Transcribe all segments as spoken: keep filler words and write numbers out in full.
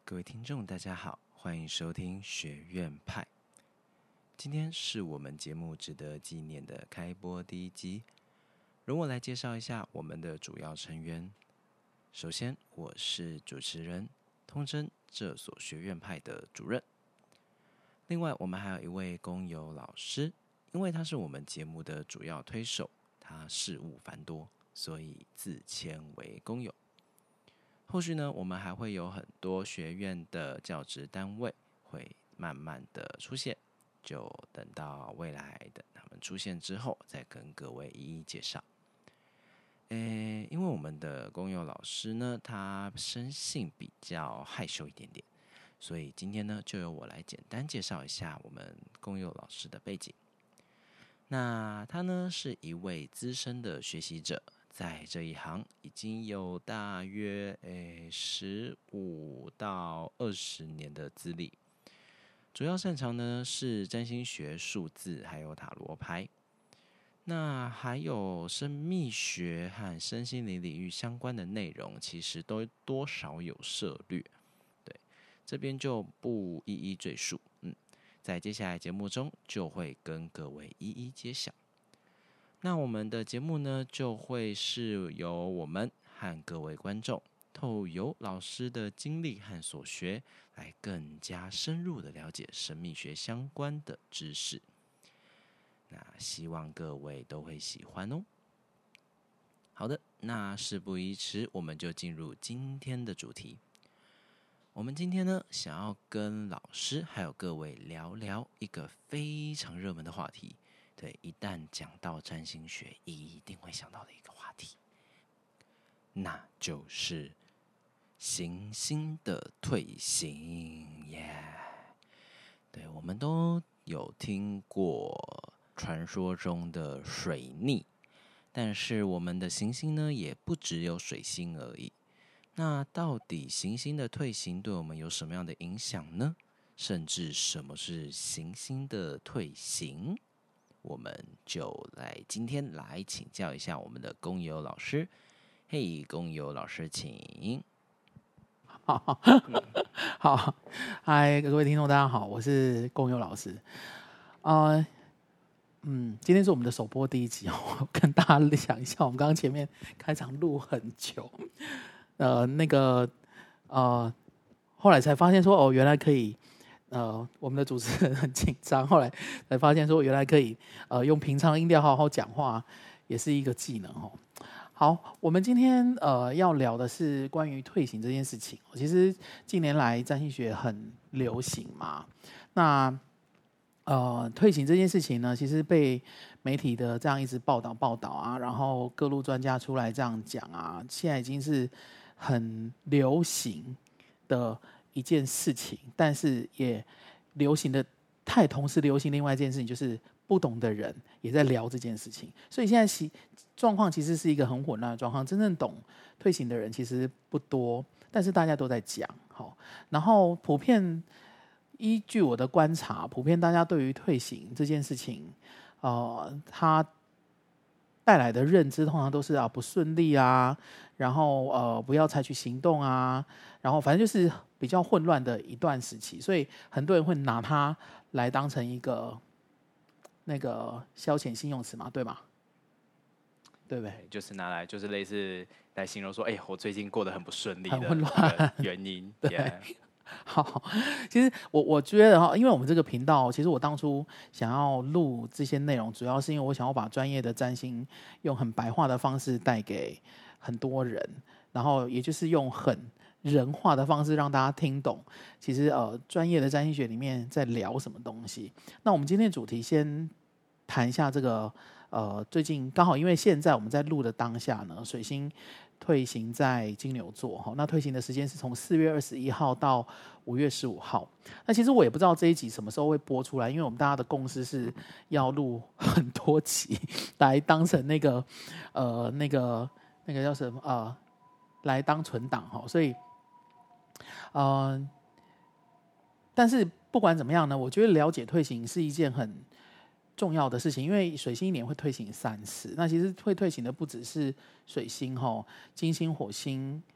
各位听众大家好，欢迎收听学院派。今天是我们节目值得纪念的开播第一集，容我来介绍一下我们的主要成员。首先，我是主持人，通称这所学院派的主任。另外，我们还有一位工友老师，因为他是我们节目的主要推手，他事务繁多，所以自谦为工友。后续呢，我们还会有很多学院的教职单位会慢慢的出现，就等到未来等他们出现之后，再跟各位一一介绍。诶，因为我们的工友老师呢，他生性比较害羞一点点，所以今天呢，就由我来简单介绍一下我们工友老师的背景。那他呢，是一位资深的学习者。在这一行已经有大约诶十五到二十年的资历，主要擅长呢是占星学、数字还有塔罗牌，那还有生命学和身心灵领域相关的内容，其实都多少有涉略。对，这边就不一一赘述，嗯，在接下来节目中就会跟各位一一揭晓。那我们的节目呢，就会是由我们和各位观众透由老师的经历和所学，来更加深入的了解神秘学相关的知识。那希望各位都会喜欢哦。好的，那事不宜迟，我们就进入今天的主题。我们今天呢，想要跟老师还有各位聊聊一个非常热门的话题。对，一旦讲到占星学，一定会想到的一个话题，那就是行星的退行耶。Yeah! 对，我们都有听过传说中的水逆，但是我们的行星呢，也不只有水星而已。那到底行星的退行对我们有什么样的影响呢？甚至什么是行星的退行？我们就来今天来请教一下我们的工友老师。嘿，工友老师，请。 好，好，嗨，各位听众，大家好，我是工友老师。呃，嗯，今天是我们的首播第一集哦，跟大家讲一下，我们刚刚前面开场录很久，呃，那个呃，后来才发现说，哦，原来可以。呃，我们的主持人很紧张，后来才发现说，原来可以呃用平常音调好好讲话，也是一个技能哦。好，我们今天呃要聊的是关于退行这件事情。其实近年来占星学很流行嘛，那呃退行这件事情呢，其实被媒体的这样一直报道报道啊，然后各路专家出来这样讲啊，现在已经是很流行的一件事情，但是也流行的太同时流行另外一件事情，就是不懂的人也在聊这件事情，所以现在其状况其实是一个很混乱的状况，真正懂退行的人其实不多，但是大家都在讲，好，然后普遍依据我的观察，普遍大家对于退行这件事情，呃，它带来的认知通常都是啊不顺利啊，然后呃不要采取行动啊，然后反正就是比较混乱的一段时期，所以很多人会拿它来当成一个那个消遣性用词嘛，对吗？对不对？ 就是拿来就是类似来形容说，哎、欸，我最近过得很不顺利很混乱的原因。 对。 Yeah. 好，其实我我觉得哈，因为我们这个频道，其实我当初想要录这些内容，主要是因为我想要把专业的占星用很白话的方式带给很多人，然后也就是用很人化的方式让大家听懂。其实呃，专业的占星学里面在聊什么东西。那我们今天的主题先谈一下这个呃，最近刚好因为现在我们在录的当下呢，水星退行在金牛座，那退行的时间是从四月二十一号到五月十五号。那其实我也不知道这一集什么时候会播出来，因为我们大家的共识是要录很多集来当成那个呃那个那个叫什么呃来当存档哈，所以呃，但是不管怎么样呢，我觉得了解退行是一件很重要的事情，因为水星一年会退行三次，那其实会退行的不只是水星、金星、火星、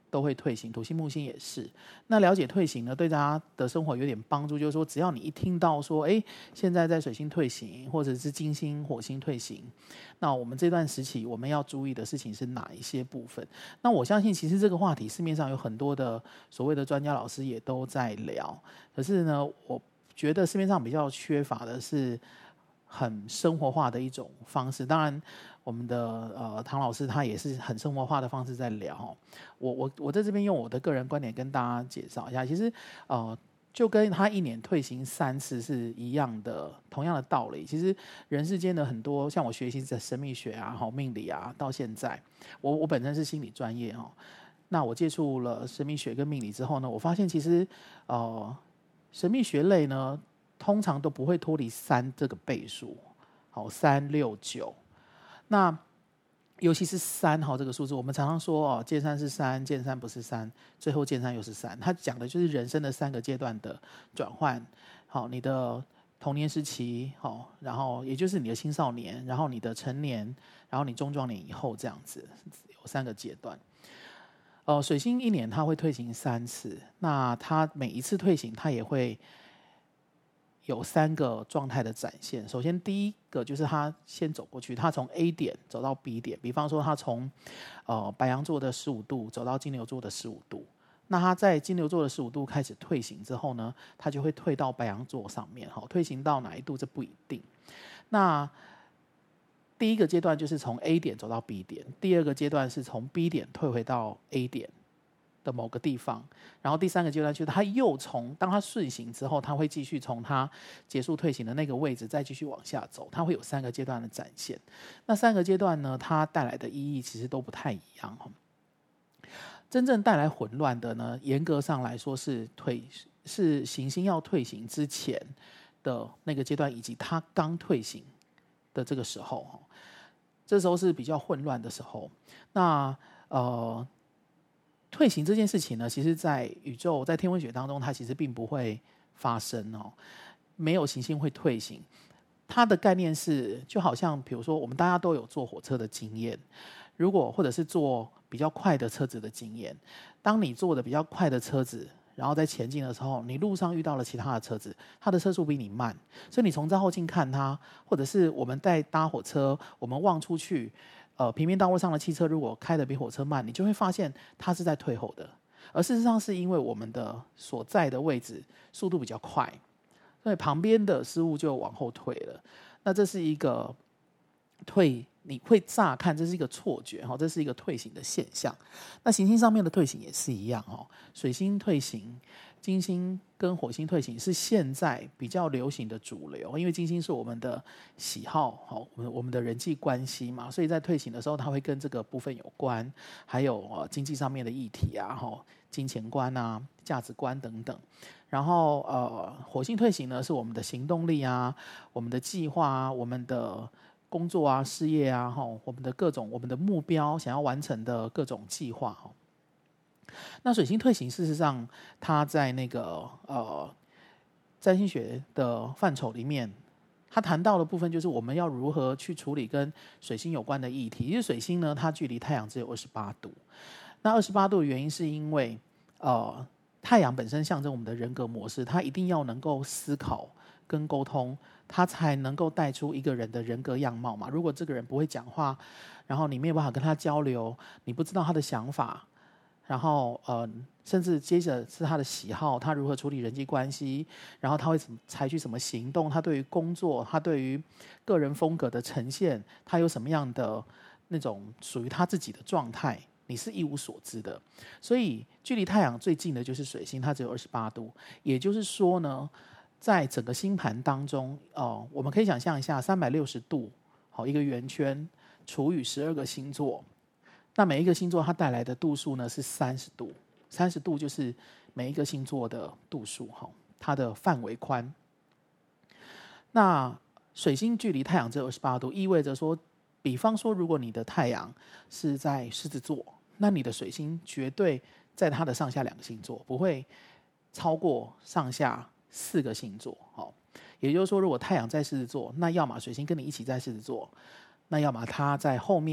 都会退行，土星木星也是。那了解退行呢，对大家的生活有点帮助，就是说，只要你一听到说，哎，现在在水星退行，或者是金星、火星退行，那我们这段时期我们要注意的事情是哪一些部分？那我相信，其实这个话题市面上有很多的所谓的专家老师也都在聊，可是呢，我觉得市面上比较缺乏的是很生活化的一种方式。当然我们的呃唐老师他也是很生活化的方式在聊。我我我在这边用我的个人观点跟大家介绍一下，其实呃就跟他一年退行三次是一样的，同样的道理。其实人世间的很多，像我学习的神秘学啊、好命理啊，到现在我我本身是心理专业哦，那我接触了神秘学跟命理之后呢，我发现其实呃神秘学类呢，通常都不会脱离三这个倍数，好，三六九。那尤其是三哈这个数字，我们常常说哦，见山是山，见山不是山，最后见山又是山。它讲的就是人生的三个阶段的转换。好，你的童年时期，好，然后也就是你的青少年，然后你的成年，然后你中壮年以后这样子，有三个阶段。呃，水星一年它会退行三次，那它每一次退行，它也会有三个状态的展现。首先第一个就是他先走过去，他从 A 点走到 B 点，比方说他从呃白羊座的十五度走到金牛座的十五度，那他在金牛座的十五度开始退行之后呢，他就会退到白羊座上面。好，退行到哪一度这不一定。那第一个阶段就是从 A 点走到 B 点，第二个阶段是从 B 点退回到 A 点的某个地方，然后第三个阶段就是他又从当他顺行之后，他会继续从他结束退行的那个位置再继续往下走，他会有三个阶段的展现。那三个阶段呢，它带来的意义其实都不太一样。真正带来混乱的呢，严格上来说是退是行星要退行之前的那个阶段，以及他刚退行的这个时候，这时候是比较混乱的时候。那呃。退行这件事情呢，其实在宇宙在天文学当中，它其实并不会发生哦，没有行星会退行。它的概念是，就好像比如说，我们大家都有坐火车的经验，如果或者是坐比较快的车子的经验，当你坐的比较快的车子，然后在前进的时候，你路上遇到了其他的车子，它的车速比你慢，所以你从照后镜看它，或者是我们在搭火车，我们望出去。呃，平面道路上的汽车如果开得比火车慢，你就会发现它是在退后的。而事实上是因为我们的所在的位置速度比较快，所以旁边的事物就往后退了。那这是一个退，你会乍看这是一个错觉，这是一个退行的现象。那行星上面的退行也是一样，水星退行，金星跟火星退行是现在比较流行的主流，因为金星是我们的喜好，我们我们的人际关系嘛，所以在退行的时候，它会跟这个部分有关，还有呃经济上面的议题啊，金钱观啊、价值观等等。然后呃，火星退行呢，是我们的行动力啊、我们的计划啊、我们的工作啊、事业啊、我们的各种我们的目标想要完成的各种计划。那水星退行，事实上，它在那个呃占星学的范畴里面，它谈到的部分就是我们要如何去处理跟水星有关的议题。因为水星呢，它距离太阳只有二十八度。那二十八度的原因是因为，呃，太阳本身象征我们的人格模式，它一定要能够思考跟沟通，它才能够带出一个人的人格样貌嘛。如果这个人不会讲话，然后你没有办法跟他交流，你不知道他的想法。然后呃，甚至接着是他的喜好，他如何处理人际关系，然后他会怎么采取什么行动，他对于工作，他对于个人风格的呈现，他有什么样的那种属于他自己的状态，你是一无所知的。所以距离太阳最近的就是水星，它只有二十八度。也就是说呢，在整个星盘当中，呃，我们可以想象一下，三百六十度，好一个圆圈除以十二个星座。那每一个星座它带来的度数呢是三十度，三十度就是每一个星座的度数，它的范围宽。那水星距离太阳只有二十八度，意味着说，比方说如果你的太阳是在狮子座，那你的水星绝对在它的上下两个星座，不会超过上下四个星座。也就是说，如果太阳在狮子座，那要么水星跟你一起在狮子座，那要么它在后面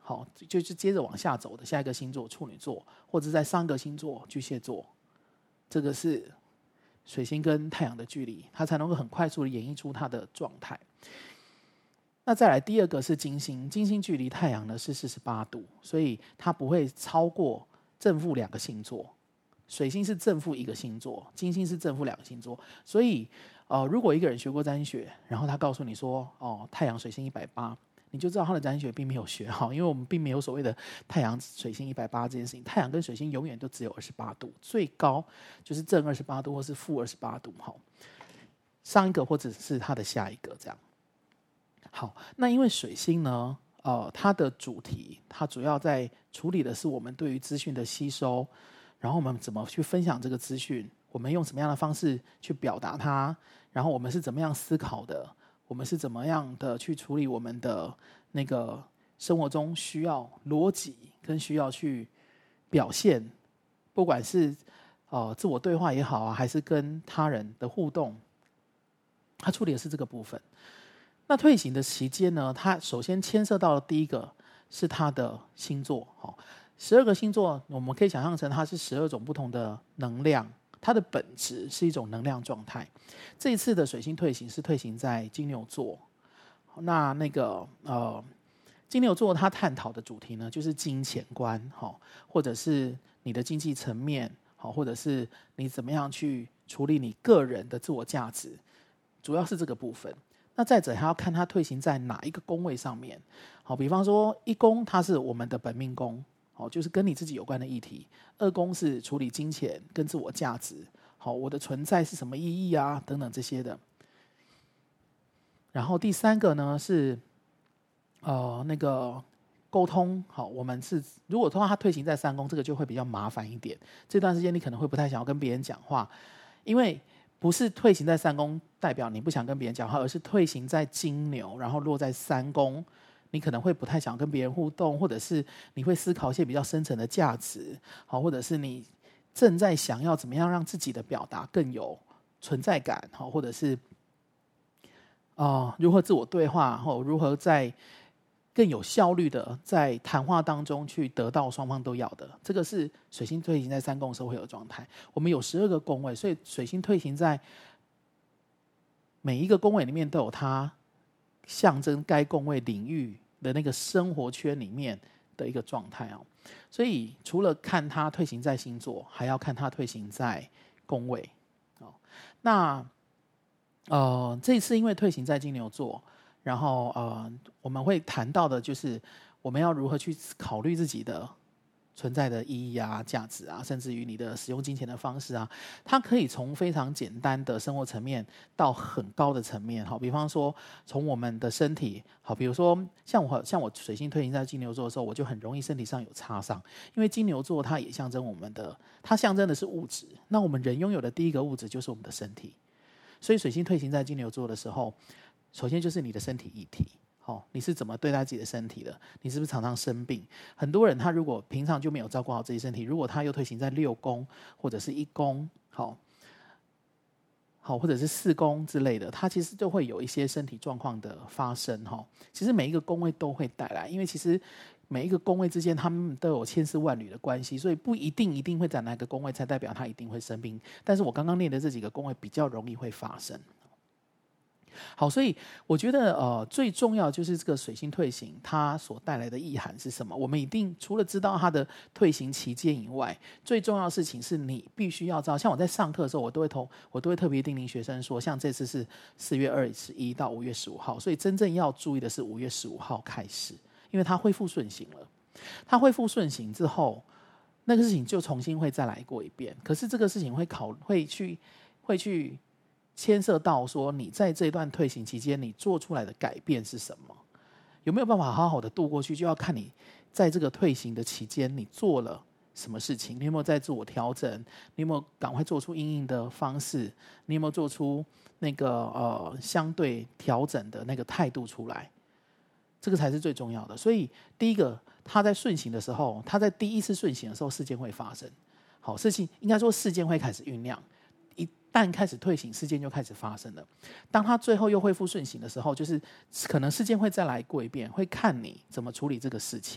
好，就是接着往下走的下一个星座处女座，或者在上个星座巨蟹座，这个是水星跟太阳的距离，它才能够很快速的演绎出它的状态。那再来第二个是金星，金星距离太阳呢是四十八度，所以它不会超过正负两个星座。水星是正负一个星座，金星是正负两个星座，所以呃，如果一个人学过占学，然后他告诉你说哦，太阳水星一百八，你就知道他的占学并没有学好，因为我们并没有所谓的太阳水星一百八这件事情。太阳跟水星永远都只有二十八度，最高就是正二十八度或是负二十八度，好，上一个或者是它的下一个这样。好，那因为水星呢，呃，它的主题，它主要在处理的是我们对于资讯的吸收，然后我们怎么去分享这个资讯，我们用什么样的方式去表达它，然后我们是怎么样思考的，我们是怎么样的去处理我们的那个生活中需要逻辑跟需要去表现，不管是呃自我对话也好啊，还是跟他人的互动，它处理的是这个部分。那退行的期间呢，它首先牵涉到的第一个是它的星座，好，十二个星座我们可以想象成它是十二种不同的能量，它的本质是一种能量状态。这一次的水星退行是退行在金牛座，那那个呃金牛座它探讨的主题呢，就是金钱观，好，或者是你的经济层面，好，或者是你怎么样去处理你个人的自我价值，主要是这个部分。那再者还要看它退行在哪一个宫位上面，好，比方说一宫它是我们的本命宫，好，就是跟你自己有关的议题；二宫是处理金钱跟自我价值，好，我的存在是什么意义啊，等等这些的。然后第三个呢是，呃，那个沟通，好，我们是如果通常它退行在三宫，这个就会比较麻烦一点。这段时间你可能会不太想要跟别人讲话，因为不是退行在三宫代表你不想跟别人讲话，而是退行在金牛，然后落在三宫，你可能会不太想跟别人互动，或者是你会思考一些比较深层的价值，好，或者是你正在想要怎么样让自己的表达更有存在感，好，或者是啊、呃、如何自我对话，或如何在更有效率的在谈话当中去得到双方都要的，这个是水星退行在三宫的时候会有状态。我们有十二个宫位，所以水星退行在每一个宫位里面都有它象征该宫位领域的那个生活圈里面的一个状态哦。所以除了看它退行在星座，还要看它退行在宫位哦。那呃，这一次因为退行在金牛座。然后呃，我们会谈到的就是我们要如何去考虑自己的存在的意义啊、价值啊，甚至于你的使用金钱的方式啊，它可以从非常简单的生活层面到很高的层面。好，比方说从我们的身体，好，比如说像我像我水星退行在金牛座的时候，我就很容易身体上有擦伤，因为金牛座它也象征我们的，它象征的是物质。那我们人拥有的第一个物质就是我们的身体，所以水星退行在金牛座的时候。首先就是你的身体议题，哦，你是怎么对待自己的身体的？你是不是常常生病？很多人他如果平常就没有照顾好自己身体，如果他又退行在六宫或者是一宫，好，好或者是四宫之类的，他其实就会有一些身体状况的发生，哈。其实每一个宫位都会带来，因为其实每一个宫位之间他们都有千丝万缕的关系，所以不一定一定会在哪个宫位才代表他一定会生病。但是我刚刚念的这几个宫位比较容易会发生。好，所以我觉得呃最重要就是这个水星退行它所带来的意涵是什么？我们一定除了知道它的退行期间以外，最重要的事情是你必须要知道。像我在上课的时候，我都会投我都会特别叮咛学生说，像这次是四月二十一到五月十五号，所以真正要注意的是五月十五号开始，因为它恢复顺行了。它恢复顺行之后，那个事情就重新会再来过一遍。可是这个事情会考会去会去。牵涉到说你在这段退行期间你做出来的改变是什么，有没有办法好好的度过去，就要看你在这个退行的期间你做了什么事情，你有没有在自我调整，你有没有赶快做出因应的方式，你有没有做出那个呃相对调整的那个态度出来，这个才是最重要的。所以第一个，他在顺行的时候，他在第一次顺行的时候事件会发生，好，事情应该说事件会开始酝酿，但开始退行，事件就开始发生了。当他最后又恢复顺行的时候，就是可能事件会再来过一遍，会看你怎么处理这个事情。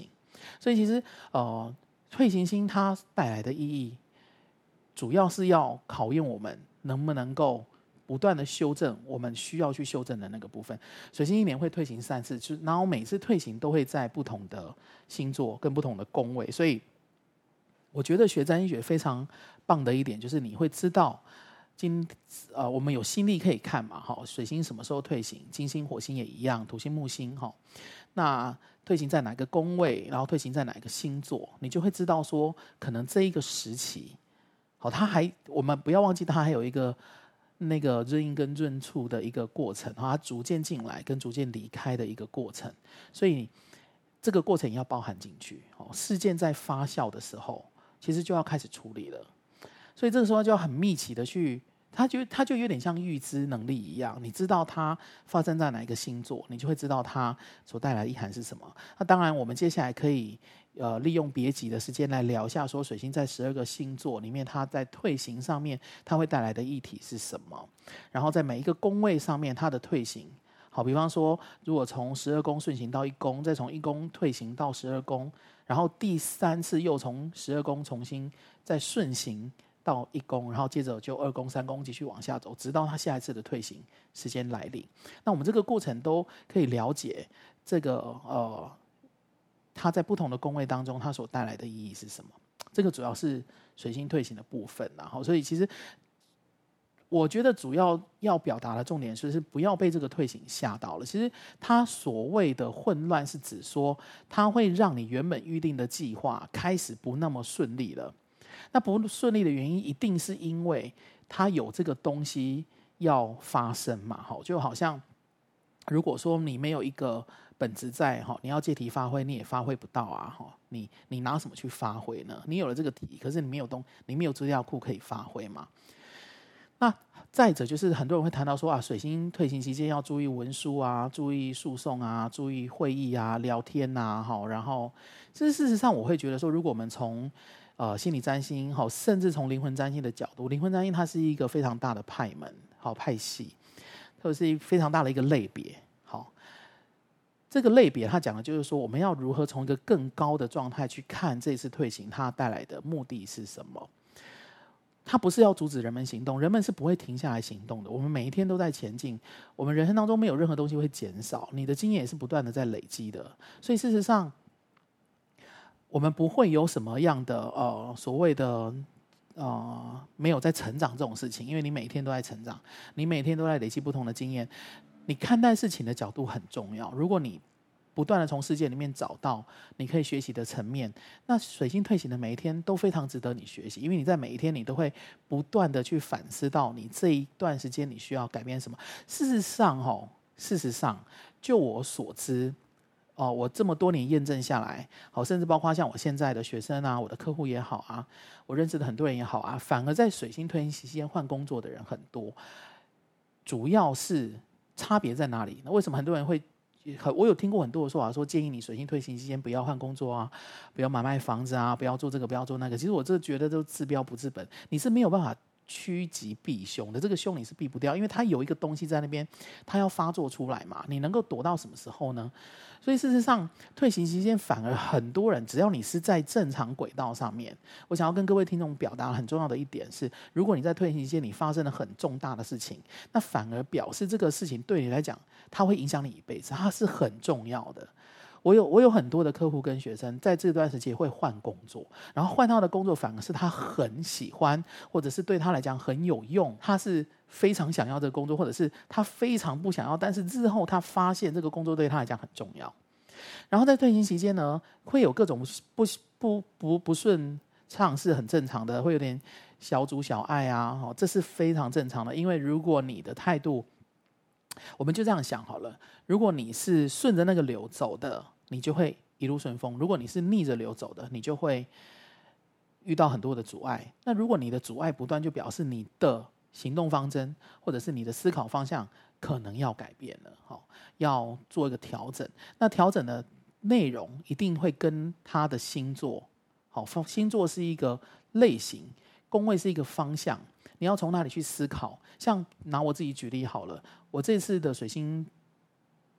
所以其实呃，退行星它带来的意义，主要是要考验我们能不能够不断的修正我们需要去修正的那个部分。水星一年会退行三次，然后每次退行都会在不同的星座跟不同的宫位，所以我觉得学占星学非常棒的一点就是你会知道今呃我们有星历可以看嘛，哈，水星什么时候退行，金星火星也一样，土星木星哈，那退行在哪个宫位，然后退行在哪一个星座，你就会知道说可能这一个时期好，它还我们不要忘记它还有一个那个润阴跟润处的一个过程，它逐渐进来跟逐渐离开的一个过程，所以这个过程也要包含进去。事件在发酵的时候，其实就要开始处理了，所以这个时候就要很密集的去，它就它就有点像预知能力一样，你知道它发生在哪一个星座，你就会知道它所带来的意涵是什么。那当然，我们接下来可以呃利用别集的时间来聊一下，说水星在十二个星座里面，它在退行上面它会带来的议题是什么，然后在每一个宫位上面它的退行。好，比方说，如果从十二宫顺行到一宫，再从一宫退行到十二宫，然后第三次又从十二宫重新再顺行到一宫，然后接着就二宫、三宫继续往下走，直到它下一次的退行时间来临。那我们这个过程都可以了解这个呃，它在不同的宫位当中，它所带来的意义是什么。这个主要是水星退行的部分，然后所以其实。我觉得主要要表达的重点就是不要被这个退行吓到了。其实它所谓的混乱是指说，它会让你原本预定的计划开始不那么顺利了。那不顺利的原因一定是因为它有这个东西要发生嘛，就好像如果说你没有一个本质在，你要借题发挥你也发挥不到啊，你你拿什么去发挥呢？你有了这个题，可是你没有东，你没有资料库可以发挥嘛。那再者就是很多人会谈到说啊，水星退行期间要注意文书啊，注意诉讼啊，注意会议啊，聊天啊，好，然后其实事实上我会觉得说，如果我们从呃心理占星，好，甚至从灵魂占星的角度，灵魂占星它是一个非常大的派门，好派系，它是非常大的一个类别，好，这个类别它讲的就是说，我们要如何从一个更高的状态去看这次退行它带来的目的是什么。它不是要阻止人们行动，人们是不会停下来行动的。我们每一天都在前进，我们人生当中没有任何东西会减少，你的经验也是不断的在累积的。所以事实上，我们不会有什么样的呃所谓的呃没有在成长这种事情，因为你每天都在成长，你每天都在累积不同的经验。你看待事情的角度很重要。如果你不断的从世界里面找到你可以学习的层面，那水星退行的每一天都非常值得你学习，因为你在每一天你都会不断的去反思到你这一段时间你需要改变什么。事实上哦，事实上就我所知哦，我这么多年验证下来，好，甚至包括像我现在的学生啊，我的客户也好啊，我认识的很多人也好啊，反而在水星退行期间换工作的人很多。主要是差别在哪里？那为什么很多人会？我有听过很多的说法，说建议你水星退行期间不要换工作啊，不要买卖房子啊，不要做这个，不要做那个。其实我这觉得都治标不治本，你是没有办法趋吉避凶的。这个凶你是避不掉，因为它有一个东西在那边，它要发作出来嘛。你能够躲到什么时候呢？所以事实上，退行期间反而很多人，只要你是在正常轨道上面，我想要跟各位听众表达很重要的一点是，如果你在退行期间你发生了很重大的事情，那反而表示这个事情对你来讲，它会影响你一辈子，它是很重要的。我有我有很多的客户跟学生在这段时间会换工作，然后换到的工作反而是他很喜欢，或者是对他来讲很有用，他是非常想要这个工作，或者是他非常不想要，但是日后他发现这个工作对他来讲很重要。然后在退行期间呢，会有各种不不不不顺畅是很正常的，会有点小组小爱啊，这是非常正常的。因为如果你的态度，我们就这样想好了，如果你是顺着那个流走的，你就会一路顺风；如果你是逆着流走的，你就会遇到很多的阻碍。那如果你的阻碍不断，就表示你的行动方针或者是你的思考方向可能要改变了，要做一个调整。那调整的内容一定会跟他的星座，好，星座是一个类型，宫位是一个方向，你要从哪里去思考。像拿我自己举例好了，我这次的水星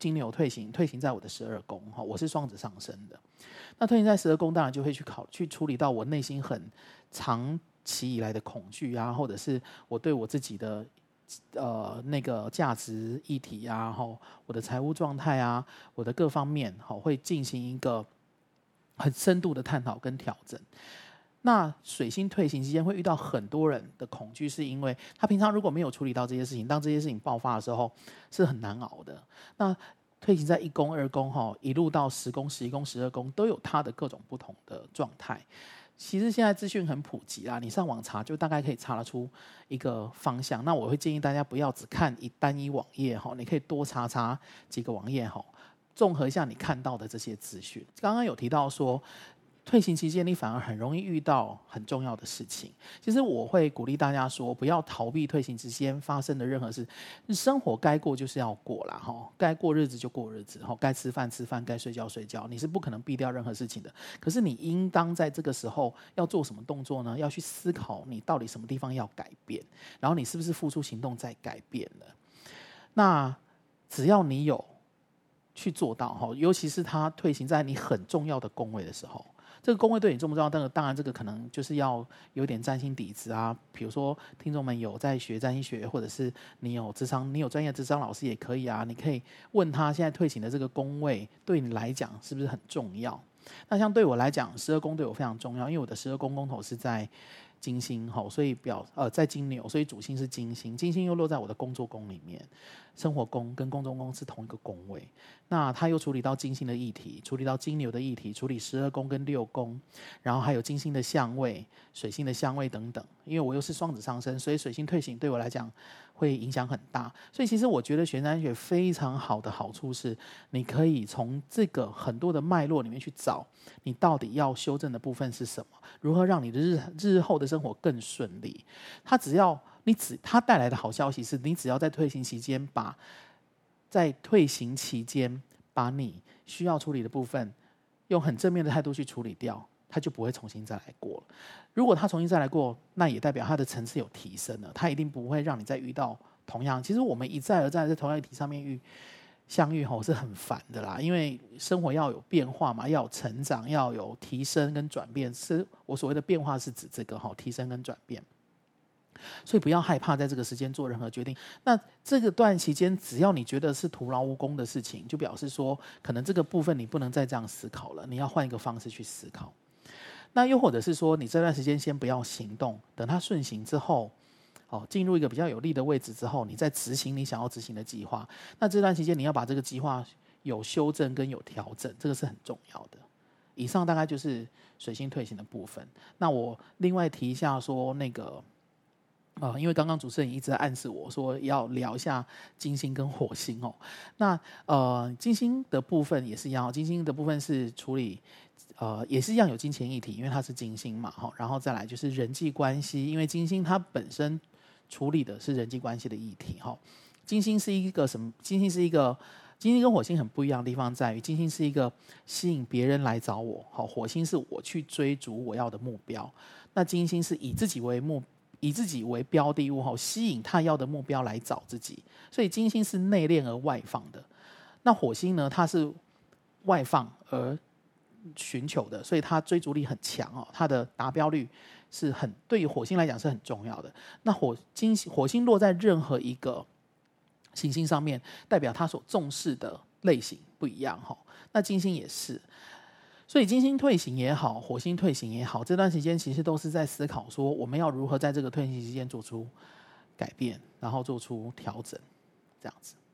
金牛退行，退行在我的十二宫，我是双子上升的。那退行在十二宫，当然就会去考去处理到我内心很长期以来的恐惧啊，或者是我对我自己的呃那个价值议题啊，吼，我的财务状态啊，我的各方面，好，会进行一个很深度的探讨跟调整。那水星退行期间会遇到很多人的恐惧，是因为他平常如果没有处理到这些事情，当这些事情爆发的时候是很难熬的。那退行在一宫、二宫，哈，一路到十宫、十一宫、十二宫，都有它的各种不同的状态。其实现在资讯很普及啦，你上网查就大概可以查得出一个方向。那我会建议大家不要只看一单一网页，哈，你可以多查查几个网页，哈，综合一下你看到的这些资讯。刚刚有提到说，退行期间你反而很容易遇到很重要的事情。其实我会鼓励大家说，不要逃避退行之间发生的任何事。生活该过就是要过啦，该过日子就过日子，该吃饭吃饭，该睡觉睡觉，你是不可能避掉任何事情的。可是你应当在这个时候要做什么动作呢？要去思考你到底什么地方要改变，然后你是不是付出行动在改变了。那只要你有去做到，尤其是他退行在你很重要的宫位的时候，这个宫位对你重不重要？但当然，这个可能就是要有点占星底子啊。比如说，听众们有在学占星学，或者是你有智商，你有专业智商老师也可以啊。你可以问他现在退行的这个宫位对你来讲是不是很重要？那像对我来讲，十二宫对我非常重要，因为我的十二宫宫头是在金星，所以表呃在金牛，所以主星是金星，金星又落在我的工作宫里面。生活宫跟宫中宫是同一个宫位，那他又处理到金星的议题，处理到金牛的议题，处理十二宫跟六宫，然后还有金星的相位、水星的相位等等。因为我又是双子上升，所以水星退行对我来讲会影响很大。所以其实我觉得学占星学非常好的好处是，你可以从这个很多的脉络里面去找你到底要修正的部分是什么，如何让你的日日后的生活更顺利。他只要你只他带来的好消息是，你只要在退行期间把在退行期间把你需要处理的部分用很正面的态度去处理掉，他就不会重新再来过了。如果他重新再来过，那也代表他的层次有提升了，他一定不会让你再遇到同样。其实我们一再而再在同样议题上面遇相遇吼是很烦的啦，因为生活要有变化嘛，要有成长，要有提升跟转变。是我所谓的变化是指这个吼，提升跟转变。所以不要害怕在这个时间做任何决定。那这个段期间，只要你觉得是徒劳无功的事情，就表示说，可能这个部分你不能再这样思考了，你要换一个方式去思考。那又或者是说，你这段时间先不要行动，等它顺行之后，哦，进入一个比较有利的位置之后，你再执行你想要执行的计划。那这段期间，你要把这个计划有修正跟有调整，这个是很重要的。以上大概就是水星退行的部分。那我另外提一下说，那个。呃，因为刚刚主持人一直在暗示我说要聊一下金星跟火星哦。那呃，金星的部分也是一样，金星的部分是处理呃也是一样有金钱议题，因为它是金星嘛，哈。然后再来就是人际关系，因为金星它本身处理的是人际关系的议题，哈。金星是一个什么？金星是一个金星跟火星很不一样的地方在于，金星是一个吸引别人来找我，好，火星是我去追逐我要的目标。那金星是以自己为目。以自己为标的物，吸引他要的目标来找自己，所以金星是内敛而外放的。那火星呢，它是外放而寻求的，所以它追逐力很强哦，它的达标率是很对于火星来讲是很重要的。那火金火星落在任何一个行星上面，代表它所重视的类型不一样哈。那金星也是。所以金星退行也好，火星退行也好，这段时间其实都是在思考说，我们要如何在这个退行期间做出改变，然后做出调整，这样子。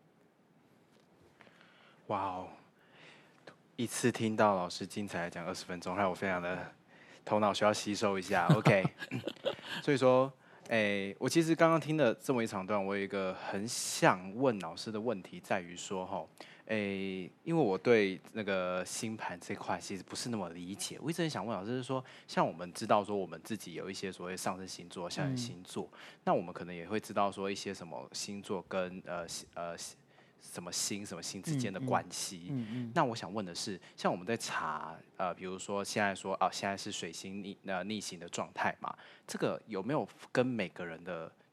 哇哦！一次听到老师精彩讲二十分钟，让我非常的头脑需要吸收一下。OK， 所以说，诶，我其实刚刚听了这么一长段，我有一个很想问老师的问题，在于说，哈。诶，因为我对那个星盘这块其实不是那么理解，我一直很想问老师，是说，像我们知道说我们自己有一些所谓上升星座、下升星座，嗯、那我们可能也会知道说一些什么星座跟呃呃什么星什么星之间的关系。嗯嗯嗯、那我想问的是，像我们在查呃，比如说现在说啊，现在是水星逆呃逆行的状态嘛，这个有没有跟每个人的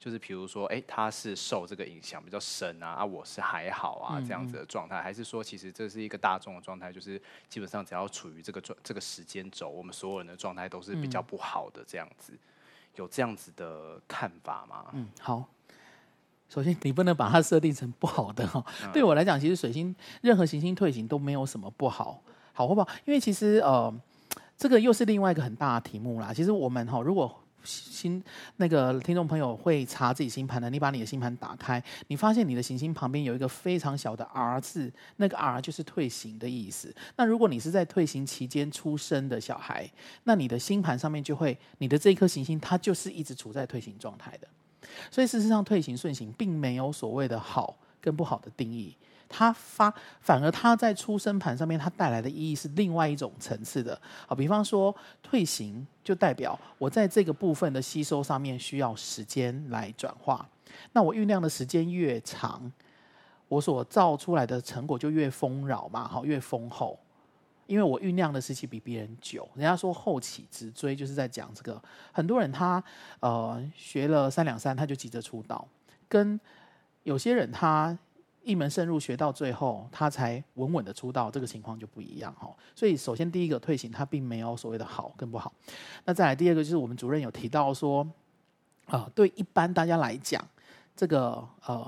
就是比如说，哎，他是受这个影响比较深啊，啊，我是还好啊这样子的状态，还是说其实这是一个大众的状态，就是基本上只要处于这个这个时间轴，我们所有人的状态都是比较不好的这样子，有这样子的看法吗？ 嗯，好。首先，你不能把它设定成不好的哈。嗯、对我来讲，其实水星任何行星退行都没有什么不好，好或不好，因为其实呃，这个又是另外一个很大的题目啦。其实我们哈，如果星那个听众朋友会查自己星盘的，你把你的星盘打开，你发现你的行星旁边有一个非常小的 R 字，那个 R 就是退行的意思。那如果你是在退行期间出生的小孩，那你的星盘上面就会，你的这一颗行星它就是一直处在退行状态的。所以事实上，退行顺行并没有所谓的好跟不好的定义，它发反而它在出生盘上面它带来的意义是另外一种层次的。好，比方说退行就代表我在这个部分的吸收上面需要时间来转化，那我酝酿的时间越长，我所造出来的成果就越丰饶嘛，好，越丰厚。因为我酝酿的时期比别人久，人家说后起直追，就是在讲这个。很多人他呃学了三两三，他就急着出道，跟有些人他一门深入学到最后，他才稳稳的出道，这个情况就不一样哈。所以首先第一个退行，它并没有所谓的好跟不好。那再来第二个就是我们主任有提到说，呃，对一般大家来讲，这个呃。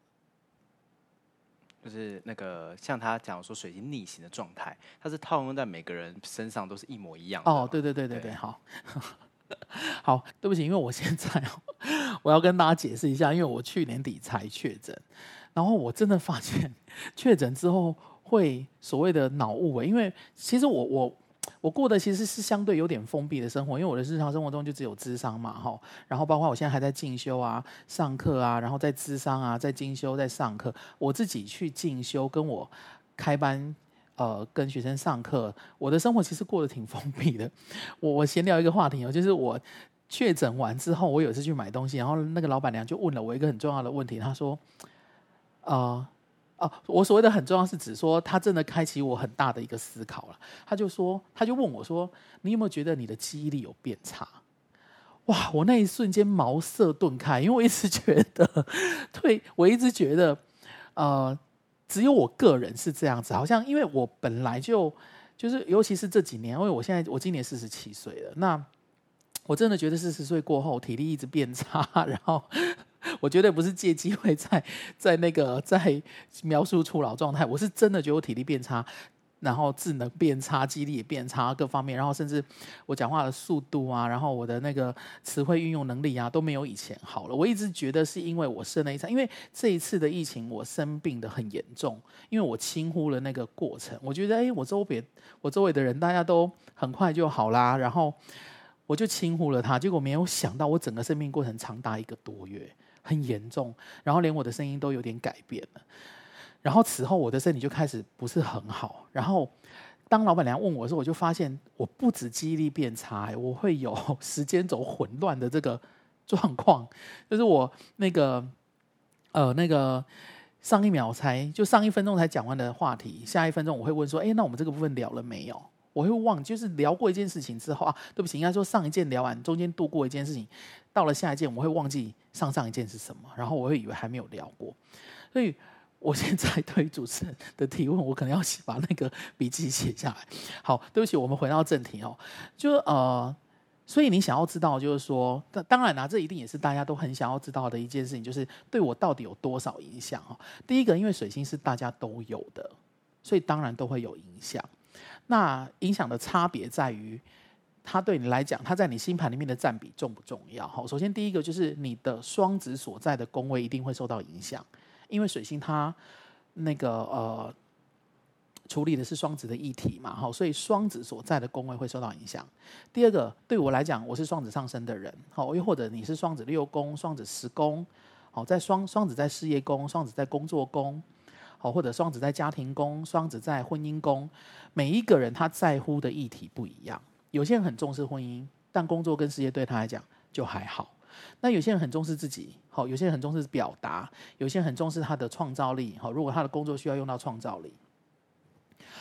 就是那个像他讲说水星逆行的状态，它是套用在每个人身上都是一模一样的。 哦，对对对对对，好，好，对不起，因为我现在我要跟大家解释一下，因为我去年底才确诊，然后我真的发现确诊之后会所谓的脑雾，因为其实我我。我过的其实是相对有点封闭的生活，因为我的日常生活中就只有諮商嘛，哈，然后包括我现在还在進修啊、上課啊，然後在諮商啊、在進修、在上課，我自己去進修，跟我開班，呃，跟學生上課，我的生活其實過得挺封閉的。我我閒聊一個話題哦，就是我確診完之後，我有一次去買東西，然後那個老闆娘就問了我一個很重要的問題，她說，呃。哦，我所謂的很重要是指說，他真的開啟我很大的一個思考了。他就說，他就問我說：“你有沒有覺得你的記憶力有變差？”哇！我那一瞬間茅塞頓開，因為我一直覺得，對，我一直覺得，呃，只有我個人是這樣子，好像因為我本來就就是，尤其是這幾年，因為我現在我今年四十七歲了，那我真的覺得四十歲過後體力一直變差，然後。我絕對不是借機會在在那個在描述初老狀態，我是真的覺得我體力變差，然後智能變差，記憶力也變差，各方面，然後甚至我講話的速度啊，然後我的那個詞彙運用能力啊都沒有以前好了。我一直覺得是因為我生了一場，因為這一次的疫情我生病得很嚴重，因為我輕忽了那個過程。我覺得哎，我周邊我周圍的人大家都很快就好啦，然後我就輕忽了它，結果沒有想到我整個生命過程長達一個多月。很嚴重，然後連我的聲音都有點改變了，然後此後我的身體就開始不是很好，然後當老闆娘問我的時候，我就發現我不止記憶力變差，我會有時間軸混亂的這個狀況，就是我那個呃那個上一秒才就上一分鐘才講完的話題，下一分鐘我會問說，誒，那我們這個部分聊了沒有？我會忘，就是聊過一件事情之後啊，對不起，應該說上一件聊完，中間度過一件事情，到了下一件我會忘記上上一件是什麼，然後我會以為還沒有聊過，所以我現在對於主持人的提問，我可能要把那個筆記寫下來。好，對不起，我們回到正題哦，就呃，所以你想要知道，就是說，當然啦、啊，這一定也是大家都很想要知道的一件事情，就是對我到底有多少影響哦。第一個，因為水星是大家都有的，所以當然都會有影響。那影響的差別在於，它對你來講，它在你星盤裡面的佔比重不重要？好，首先第一個就是你的雙子所在的宮位一定會受到影響，因為水星它那個呃處理的是雙子的議題嘛，好，所以雙子所在的宮位會受到影響。第二個，對我來講，我是雙子上升的人，好，又或者你是雙子六宮、雙子十宮，好，在雙雙子在事業宮、雙子在工作宮。好，或者雙子在家庭宮，雙子在婚姻宮，每一個人他在乎的議題不一樣。有些人很重視婚姻，但工作跟事業對他來講就還好。那有些人很重視自己，好，有些人很重視表達，有些人很重視他的創造力，好，如果他的工作需要用到創造力。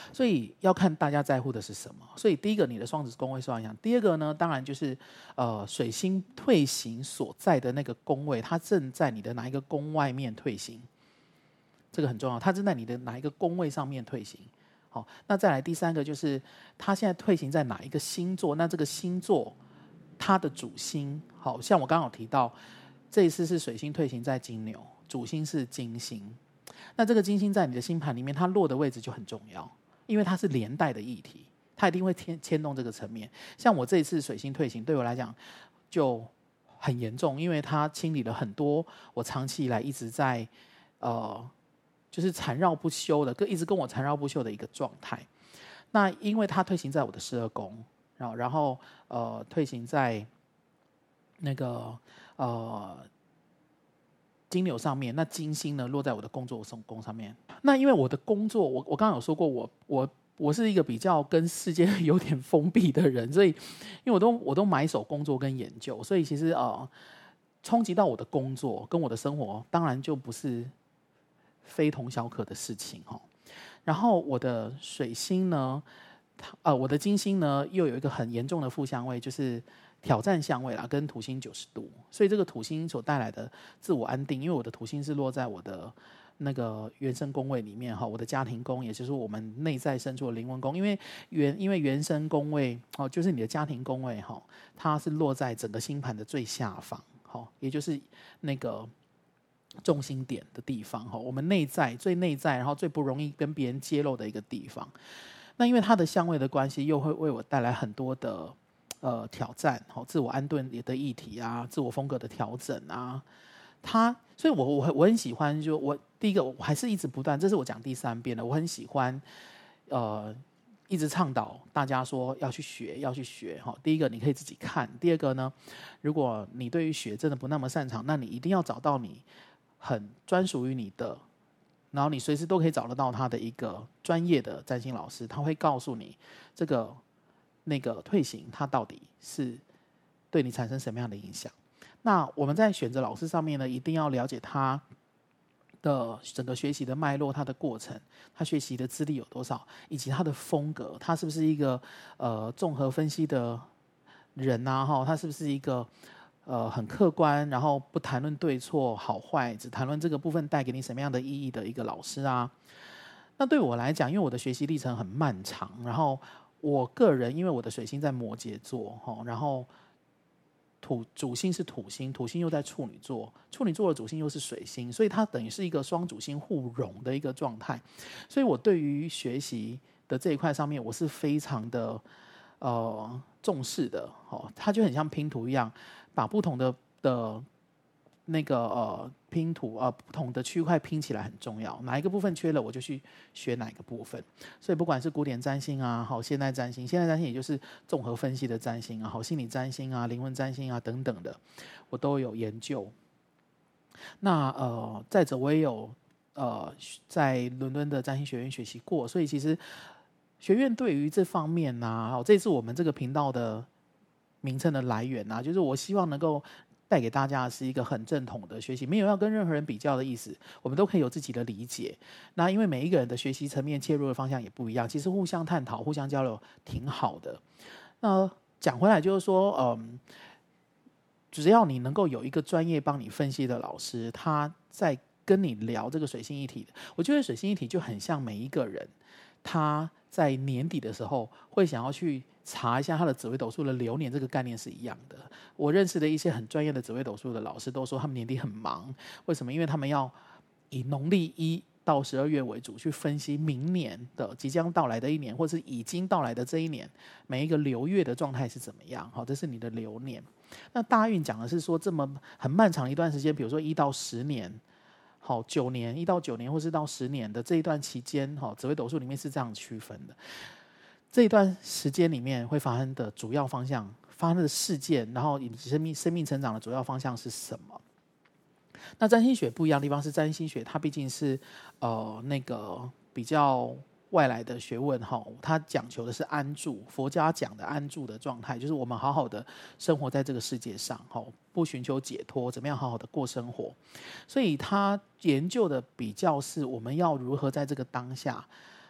所以要看大家在乎的是什么。所以第一个，你的双子宫位受到影响；第二个呢，当然就是呃水星退行所在的那个宫位，它正在你的哪一个宫外面退行，这个很重要。它正在你的哪一个宫位上面退行。好，那再来第三个就是它现在退行在哪一个星座？那这个星座它的主星，好像我刚刚有提到，这一次是水星退行在金牛，主星是金星。那这个金星在你的星盘里面，它落的位置就很重要，因为它是连带的议题，它一定会牵牵动这个层面。像我这一次水星退行，对我来讲就很严重，因为它清理了很多我长期以来一直在呃。就是缠绕不休的，跟一直跟我缠绕不休的一个状态。那因为它退行在我的十二宫，然后然后呃退行在那个呃金牛上面，那金星呢落在我的工作宫上面。那因为我的工作，我我刚刚有说过，我我我是一个比较跟世界有点封闭的人，所以因为我都我都埋首工作跟研究，所以其实呃冲击到我的工作跟我的生活，当然就不是非同小可的事情哈。然后我的水星呢，呃，我的金星呢，又有一个很严重的负相位，就是挑战相位啦，跟土星九十度。所以这个土星所带来的自我安定，因为我的土星是落在我的那个原生宫位里面哈，我的家庭宫，也就是我们内在深处的灵魂宫。因为原因为原生宫位哦，就是你的家庭宫位哈，它是落在整个星盘的最下方，哈，也就是那个重心点的地方，我们内在最内在，然后最不容易跟别人揭露的一个地方。那因为它的相位的关系，又会为我带来很多的呃挑战，自我安顿的议题啊，自我风格的调整啊。它，所以我我我很喜欢，就我第一个我还是一直不断，这是我讲第三遍了，我很喜欢呃一直倡导大家说要去学，要去学哈。第一个你可以自己看，第二个呢，如果你对于学真的不那么擅长，那你一定要找到你很专属于你的，然后你随时都可以找得到他的一个专业的占星老师，他会告诉你这个那个退行它到底是对你产生什么样的影响。那我们在选择老师上面呢，一定要了解他的整个学习的脉络，他的过程，他学习的资历有多少，以及他的风格，他是不是一个呃综合分析的人啊？哈，他是不是一个呃很客观，然后不谈论对错好坏，只谈论这个部分带给你什么样的意义的一个老师啊？那对我来讲，因为我的学习历程很漫长，然后我个人因为我的水星在摩羯座，然后土主星是土星，土星又在处女座，处女座的主星又是水星，所以它等于是一个双主星互融的一个状态。所以我对于学习的这一块上面，我是非常的呃重视的。哦，它就很像拼图一样，把不同的的那个呃拼图呃不同的区块拼起来很重要。哪一个部分缺了，我就去学哪一个部分。所以不管是古典占星啊，好现代占星，现代占星也就是综合分析的占星啊，好心理占星啊，灵魂占星啊等等的，我都有研究。那呃再者我也有呃在伦敦的占星学院学习过，所以其实学院对于这方面啊，这次我们这个频道的名称的来源啊，就是我希望能够带给大家的是一个很正统的学习，没有要跟任何人比较的意思，我们都可以有自己的理解。那因为每一个人的学习层面切入的方向也不一样，其实互相探讨、互相交流挺好的。那讲回来就是说，嗯，只要你能够有一个专业帮你分析的老师，他在跟你聊这个水星议题，我觉得水星议题就很像每一个人，他在年底的时候会想要去查一下他的紫微斗数的流年，这个概念是一样的。我认识的一些很专业的紫微斗数的老师都说他们年底很忙，为什么？因为他们要以农历一到十二月为主，去分析明年的即将到来的一年，或是已经到来的这一年每一个流月的状态是怎么样。好，这是你的流年。那大运讲的是说这么很漫长一段时间，比如说一到十年。好，九年一到九年，或是到十年的这一段期间，好，紫微斗数里面是这样区分的。这一段时间里面会发生的主要方向、发生的事件，然后以及生命生命成长的主要方向是什么？那占星学不一样的地方是，占星学它毕竟是呃那个比较外来的学问哈，它讲求的是安住，佛家讲的安住的状态，就是我们好好的生活在这个世界上，不寻求解脱，怎么样好好的过生活。所以他研究的比较是我们要如何在这个当下，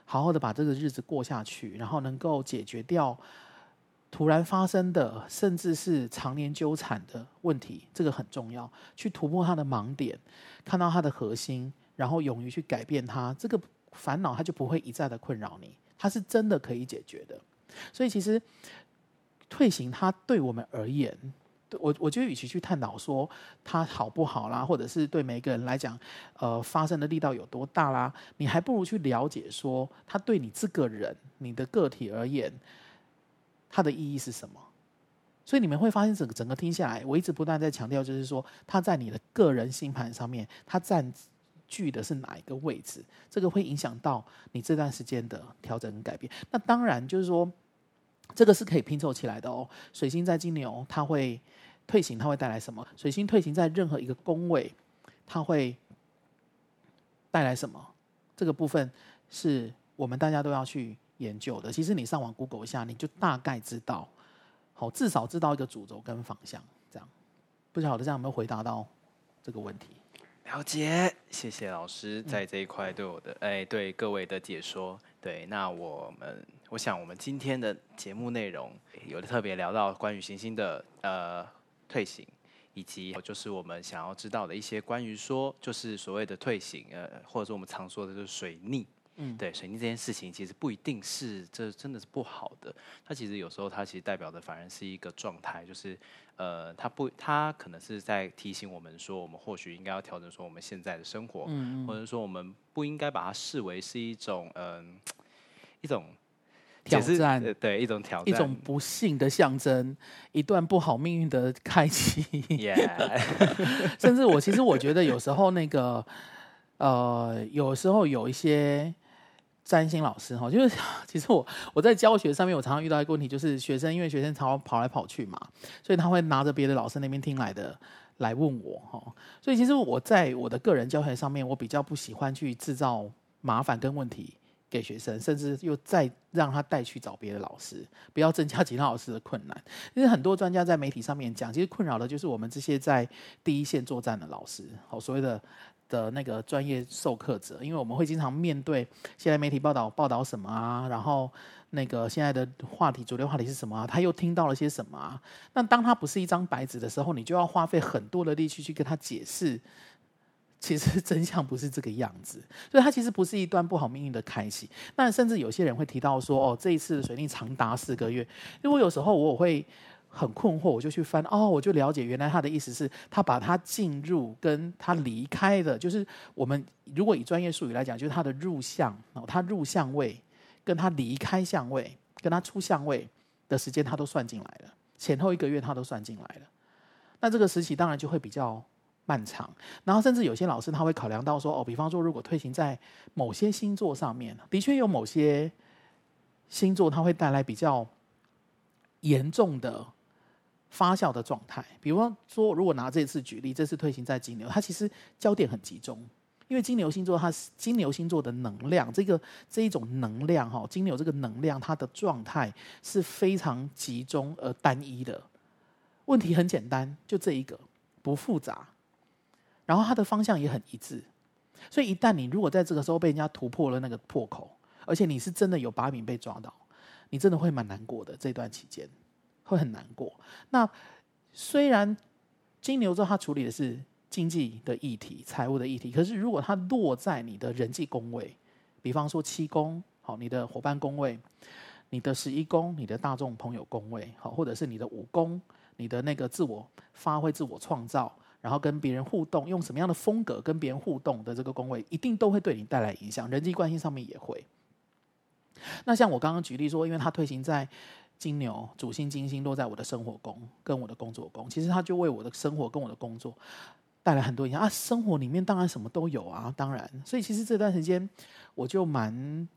好好的把这个日子过下去，然后能够解决掉突然发生的，甚至是常年纠缠的问题，这个很重要。去突破它的盲点，看到它的核心，然后勇于去改变它，这个烦恼它就不会一再的困扰你，它是真的可以解决的。所以其实退行它对我们而言，我我觉得与其去探讨说它好不好啦，或者是对每个人来讲，呃，发生的力道有多大啦，你还不如去了解说，它对你这个人、你的个体而言，它的意义是什么。所以你们会发现整个整个听下来，我一直不断在强调，就是说，它在你的个人星盘上面，它占据的是哪一个位置，这个会影响到你这段时间的调整跟改变。那当然就是说，这个是可以拼凑起来的哦。水星在金牛，它会退行，它会带来什么？水星退行在任何一个宫位，它会带来什么？这个部分是我们大家都要去研究的。其实你上网 Google 一下，你就大概知道，好，至少知道一个主轴跟方向。这样，不晓得这样有没有回答到这个问题？ 了解，谢谢老师在这一块对我的哎、对各位的解说。对，那我们我想我们今天的节目内容有特别聊到关于行星的呃退行，以及就是我们想要知道的一些关于说就是所谓的退行，呃，或者说我们常说的就是水逆。嗯，对，水逆这件事情其实不一定是这真的是不好的，它其实有时候它其实代表的反而是一个状态，就是呃，它不，它可能是在提醒我们说，我们或许应该要调整说我们现在的生活，嗯嗯或者说我们不应该把它视为是一种嗯、呃、一种挑战、 呃，对，一种挑战， 一种不幸的象征，一段不好命运的开启。 Yeah 甚至我其实我觉得有时候那个呃，有时候有一些占星老师哈，就是其实我我在教学上面，我常常遇到一个问题，就是学生因为学生常常跑来跑去嘛，所以他会拿着别的老师那边听来的来问我哈。所以其实我在我的个人教学上面，我比较不喜欢去制造麻烦跟问题给学生，甚至又再让他带去找别的老师，不要增加其他老师的困难。因为很多专家在媒体上面讲，其实困扰的就是我们这些在第一线作战的老师，好，所谓的的那个专业授课者，因为我们会经常面对现在媒体报道报道什么啊，然后那个现在的话题主流话题是什么啊，他又听到了些什么啊？那当他不是一张白纸的时候，你就要花费很多的力气去跟他解释。其实真相不是这个样子，所以它其实不是一段不好命运的开启。那甚至有些人会提到说，哦，这一次的水逆长达四个月。因为我有时候我会很困惑，我就去翻，哦，我就了解原来他的意思是，他把他进入跟他离开的，就是我们如果以专业术语来讲，就是他的入相，哦，他入相位跟他离开相位跟他出相位的时间，他都算进来了，前后一个月他都算进来了。那这个时期当然就会比较漫长，然后甚至有些老师他会考量到说，哦，比方说如果退行在某些星座上面，的确有某些星座它会带来比较严重的发酵的状态。比方说，如果拿这次举例，这次退行在金牛，它其实焦点很集中，因为金牛星座它是金牛星座的能量，这个这一种能量哈，金牛这个能量它的状态是非常集中而单一的。问题很简单，就这一个，不复杂。然后它的方向也很一致，所以一旦你如果在这个时候被人家突破了那个破口，而且你是真的有把柄被抓到，你真的会蛮难过的。这段期间会很难过。那虽然金牛座它处理的是经济的议题、财务的议题，可是如果它落在你的人际宫位，比方说七宫，好，你的伙伴宫位，你的十一宫，你的大众朋友宫位，好，或者是你的五宫，你的那个自我发挥、自我创造。然后跟别人互动，用什么样的风格跟别人互动的这个宫位，一定都会对你带来影响，人际关系上面也会。那像我刚刚举例说，因为他退行在金牛，主星金星落在我的生活宫跟我的工作宫，其实他就为我的生活跟我的工作带来很多影响啊。生活里面当然什么都有啊，当然，所以其实这段时间我就蛮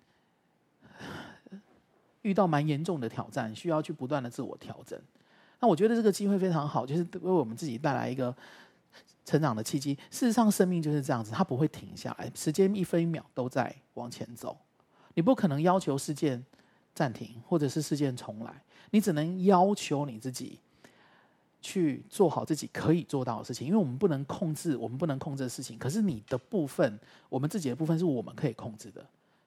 遇到蛮严重的挑战，需要去不断的自我调整。那我觉得这个机会非常好，就是为我们自己带来一个成长的契机。事实上，生命就是这样子，它不会停下来，时间一分一秒都在往前走。你不可能要求事件暂停，或者是事件重来，你只能要求你自己去做好自己可以做到的事情。因为我们不能控制，我们不能控制的事情，可是你的部分，我们自己的部分是我们可以控制的。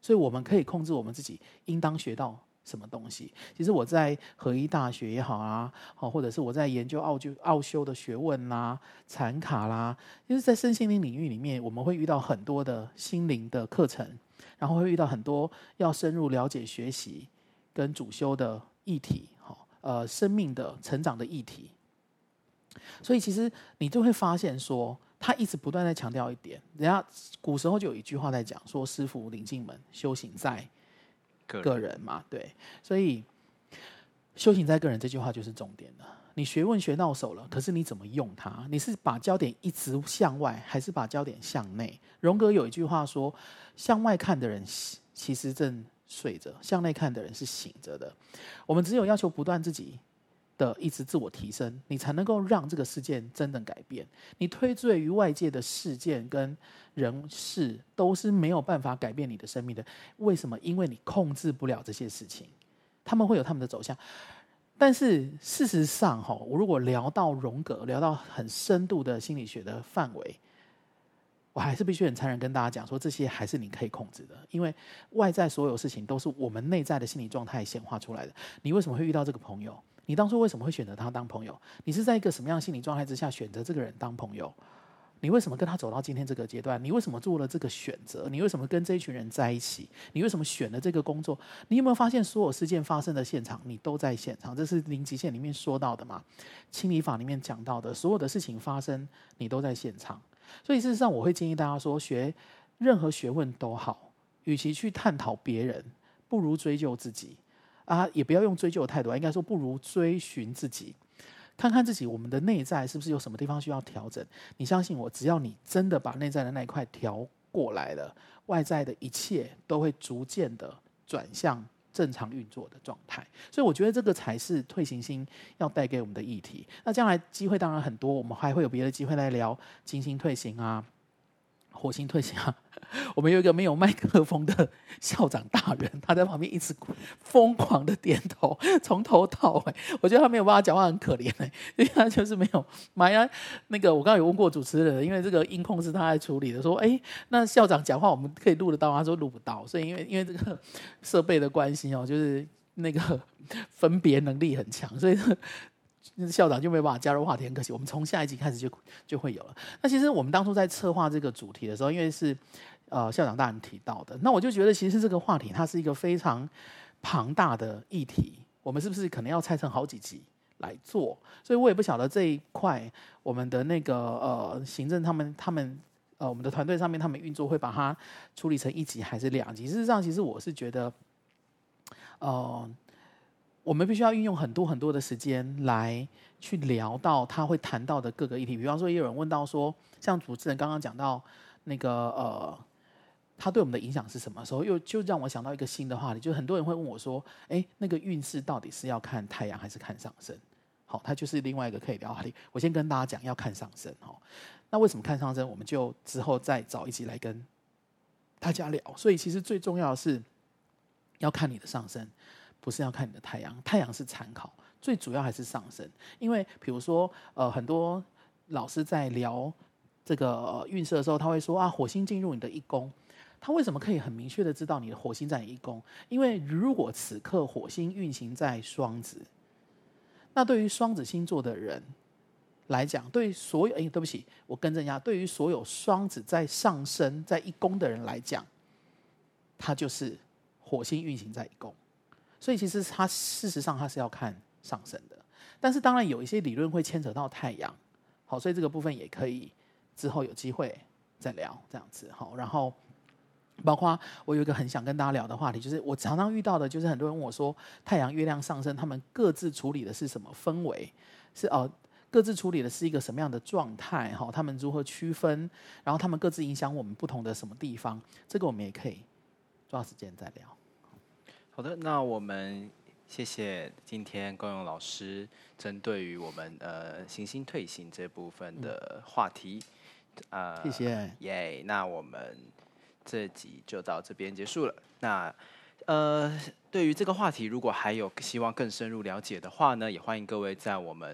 所以我们可以控制我们自己应当学到什么东西。其实我在合一大学也好啊，或者是我在研究奥修奥修的学问啦、禅卡啦，就是在身心灵领域里面，我们会遇到很多的心灵的课程，然后会遇到很多要深入了解学习跟主修的议题，呃，生命的成长的议题。所以其实你就会发现说，他一直不断在强调一点，人家古时候就有一句话在讲说，师父领进门，修行在个人嘛，对，所以修行在个人这句话就是重点了。你学问学到手了，可是你怎么用它？你是把焦点一直向外，还是把焦点向内？荣格有一句话说，向外看的人其实正睡着，向内看的人是醒着的。我们只有要求不断自己的一直自我提升，你才能够让这个事件真正改变。你推罪于外界的事件跟人事，都是没有办法改变你的生命的。为什么？因为你控制不了这些事情，他们会有他们的走向。但是事实上，我如果聊到荣格，聊到很深度的心理学的范围，我还是必须很残忍跟大家讲说，这些还是你可以控制的，因为外在所有事情都是我们内在的心理状态显化出来的。你为什么会遇到这个朋友？你当初为什么会选择他当朋友？你是在一个什么样的心理状态之下选择这个人当朋友？你为什么跟他走到今天这个阶段？你为什么做了这个选择？你为什么跟这一群人在一起？你为什么选了这个工作？你有没有发现所有事件发生的现场你都在现场？这是零极限里面说到的嘛？清理法里面讲到的，所有的事情发生你都在现场。所以事实上我会建议大家说，学任何学问都好，与其去探讨别人，不如追究自己啊，也不要用追究的态度，应该说不如追寻自己，看看自己我们的内在是不是有什么地方需要调整。你相信我，只要你真的把内在的那一块调过来了，外在的一切都会逐渐的转向正常运作的状态。所以我觉得这个才是退行星要带给我们的议题。那将来机会当然很多，我们还会有别的机会来聊金星退行啊，火星退行啊。我们有一个没有麦克风的校长大人，他在旁边一直疯狂的点头，从头到尾。我觉得他没有办法讲话，很可怜哎、欸，因为他就是没有马呀。那个我刚刚有问过主持人，因为这个音控是他在处理的，说哎，那校长讲话我们可以录得到吗？他说录不到，所以因为因为这个设备的关系哦，就是那个分别能力很强，所以。校长就没有办法加入话题，很可惜。我们从下一集开始就就会有了。那其实我们当初在策划这个主题的时候，因为是呃校长大人提到的，那我就觉得其实这个话题它是一个非常庞大的议题，我们是不是可能要拆成好几集来做？所以我也不晓得这一块我们的那个呃行政他们他们呃我们的团队上面他们运作会把它处理成一集还是两集？事实上，其实我是觉得，呃。我们必须要运用很多很多的时间来去聊到他会谈到的各个议题。比方说，也有人问到说，像主持人刚刚讲到那个呃，他对我们的影响是什么的时候，又就让我想到一个新的话题，就是很多人会问我说，哎，那个运势到底是要看太阳还是看上升？好，它就是另外一个可以聊的话题。我先跟大家讲，要看上升哈。那为什么看上升？我们就之后再找一集来跟大家聊。所以其实最重要的是要看你的上升。不是要看你的太阳，太阳是参考，最主要还是上升。因为比如说，呃，很多老师在聊这个、呃、运势的时候，他会说啊，火星进入你的一宫，他为什么可以很明确的知道你的火星在你一宫？因为如果此刻火星运行在双子，那对于双子星座的人来讲，对于所有，哎，对不起，我更正一下，对于所有双子在上升在一宫的人来讲，他就是火星运行在一宫。所以其实它事实上它是要看上升的，但是当然有一些理论会牵扯到太阳，好，所以这个部分也可以之后有机会再聊这样子。好，然后包括我有一个很想跟大家聊的话题，就是我常常遇到的，就是很多人问我说，太阳、月亮上升，他们各自处理的是什么氛围？是哦、呃，各自处理的是一个什么样的状态？哈，他们如何区分？然后他们各自影响我们不同的什么地方？这个我们也可以抓时间再聊。 好的，那我们谢谢今天高勇老师针对于我们呃行星退行这部分的话题， 嗯、呃，谢谢， 耶。那我们这集就到这边结束了。那呃，对于这个话题，如果还有希望更深入了解的话呢，也欢迎各位在我们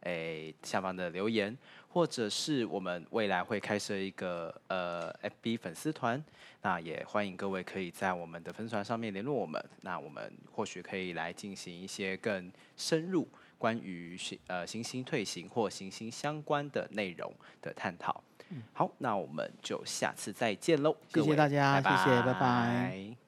诶下方的留言，或者是我们未来会开设一个呃 F B 粉丝团，那也欢迎各位可以在我们的粉丝团上面联络我们，那我们或许可以来进行一些更深入关于呃行星退行或行星相关的内容的探讨。好，那我们就下次再见喽， 谢谢大家， 各位拜拜谢谢，拜拜。